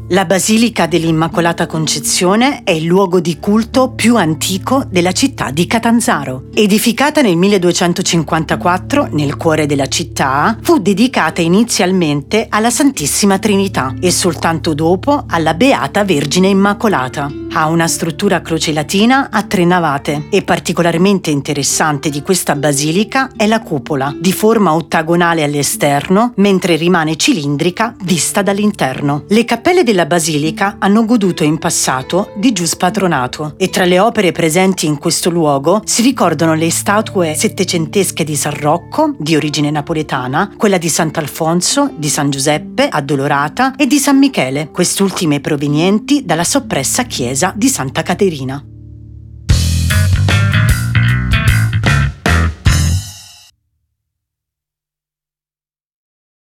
La Basilica dell'Immacolata Concezione è il luogo di culto più antico della città di Catanzaro. Edificata nel 1254 nel cuore della città, fu dedicata inizialmente alla Santissima Trinità e soltanto dopo alla Beata Vergine Immacolata. Ha una struttura a croce latina a 3 navate e particolarmente interessante di questa basilica è la cupola, di forma ottagonale all'esterno, mentre rimane cilindrica vista dall'interno. Le cappelle della basilica hanno goduto in passato di giuspatronato e tra le opere presenti in questo luogo si ricordano le statue settecentesche di San Rocco, di origine napoletana, quella di Sant'Alfonso, di San Giuseppe, Addolorata e di San Michele, quest'ultime provenienti dalla soppressa chiesa di Santa Caterina.